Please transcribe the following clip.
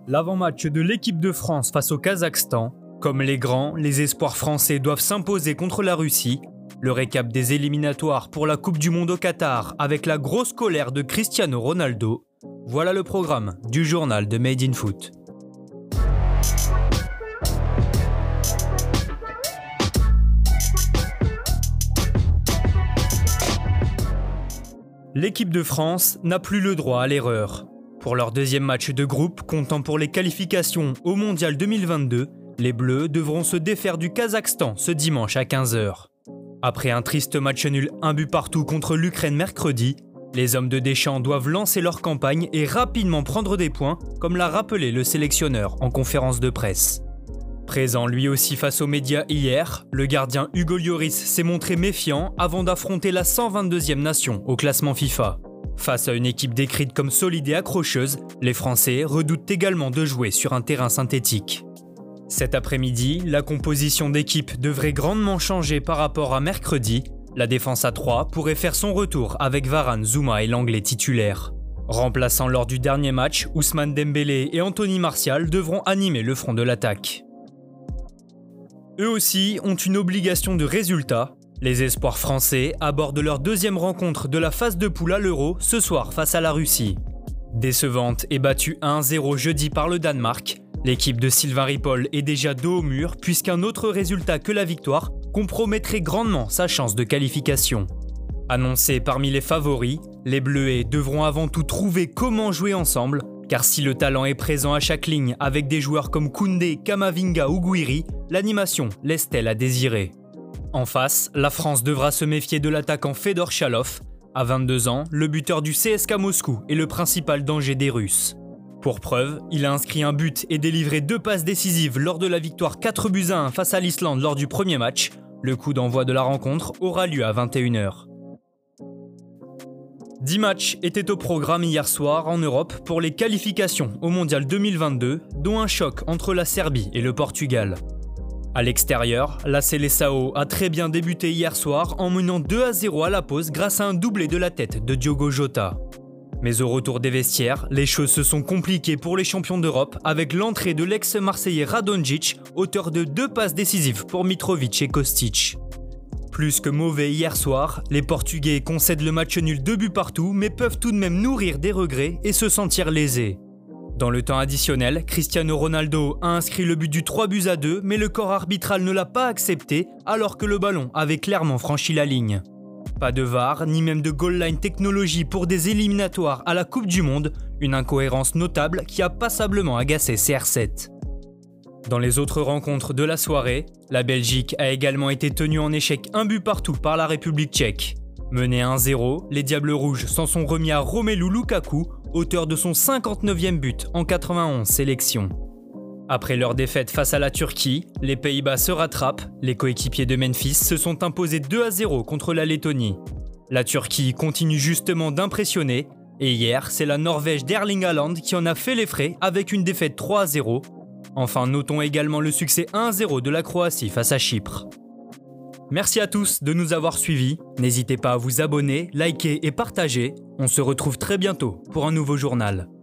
L'avant-match de l'équipe de France face au Kazakhstan. Comme les grands, les espoirs français doivent s'imposer contre la Russie. Le récap des éliminatoires pour la Coupe du Monde au Qatar avec la grosse colère de Cristiano Ronaldo. Voilà le programme du journal de Made in Foot. L'équipe de France n'a plus le droit à l'erreur. Pour leur deuxième match de groupe, comptant pour les qualifications au Mondial 2022, les Bleus devront se défaire du Kazakhstan ce dimanche à 15h. Après un triste match nul 1 but partout contre l'Ukraine mercredi, les hommes de Deschamps doivent lancer leur campagne et rapidement prendre des points, comme l'a rappelé le sélectionneur en conférence de presse. Présent lui aussi face aux médias hier, le gardien Hugo Lloris s'est montré méfiant avant d'affronter la 122e nation au classement FIFA. Face à une équipe décrite comme solide et accrocheuse, les Français redoutent également de jouer sur un terrain synthétique. Cet après-midi, la composition d'équipe devrait grandement changer par rapport à mercredi. La défense à 3 pourrait faire son retour avec Varane, Zouma et l'anglais titulaire. Remplaçant lors du dernier match, Ousmane Dembélé et Anthony Martial devront animer le front de l'attaque. Eux aussi ont une obligation de résultat. Les espoirs français abordent leur deuxième rencontre de la phase de poule à l'Euro ce soir face à la Russie. Décevante et battue 1-0 jeudi par le Danemark, l'équipe de Sylvain Ripoll est déjà dos au mur puisqu'un autre résultat que la victoire compromettrait grandement sa chance de qualification. Annoncés parmi les favoris, les Bleuets devront avant tout trouver comment jouer ensemble, car si le talent est présent à chaque ligne avec des joueurs comme Koundé, Kamavinga ou Gouiri, l'animation laisse-t-elle à désirer. En face, la France devra se méfier de l'attaquant Fedor Chalov. À 22 ans, le buteur du CSKA Moscou est le principal danger des Russes. Pour preuve, il a inscrit un but et délivré 2 passes décisives lors de la victoire 4-1 face à l'Islande lors du premier match. Le coup d'envoi de la rencontre aura lieu à 21h. 10 matchs étaient au programme hier soir en Europe pour les qualifications au Mondial 2022, dont un choc entre la Serbie et le Portugal. À l'extérieur, la Seleção a très bien débuté hier soir en menant 2-0 à la pause grâce à un doublé de la tête de Diogo Jota. Mais au retour des vestiaires, les choses se sont compliquées pour les champions d'Europe avec l'entrée de l'ex-marseillais Radonjic, auteur de 2 passes décisives pour Mitrovic et Kostic. Plus que mauvais hier soir, les Portugais concèdent le match nul 2 buts partout mais peuvent tout de même nourrir des regrets et se sentir lésés. Dans le temps additionnel, Cristiano Ronaldo a inscrit le but du 3-2 mais le corps arbitral ne l'a pas accepté alors que le ballon avait clairement franchi la ligne. Pas de VAR, ni même de goal line technologie pour des éliminatoires à la Coupe du Monde, une incohérence notable qui a passablement agacé CR7. Dans les autres rencontres de la soirée, la Belgique a également été tenue en échec 1 but partout par la République tchèque. Menés 1-0, les Diables Rouges s'en sont remis à Romelu Lukaku, auteur de son 59e but en 91 sélections. Après leur défaite face à la Turquie, les Pays-Bas se rattrapent, les coéquipiers de Memphis se sont imposés 2-0 contre la Lettonie. La Turquie continue justement d'impressionner, et hier, c'est la Norvège d'Erling Haaland qui en a fait les frais avec une défaite 3-0. Enfin, notons également le succès 1-0 de la Croatie face à Chypre. Merci à tous de nous avoir suivis, n'hésitez pas à vous abonner, liker et partager, on se retrouve très bientôt pour un nouveau journal.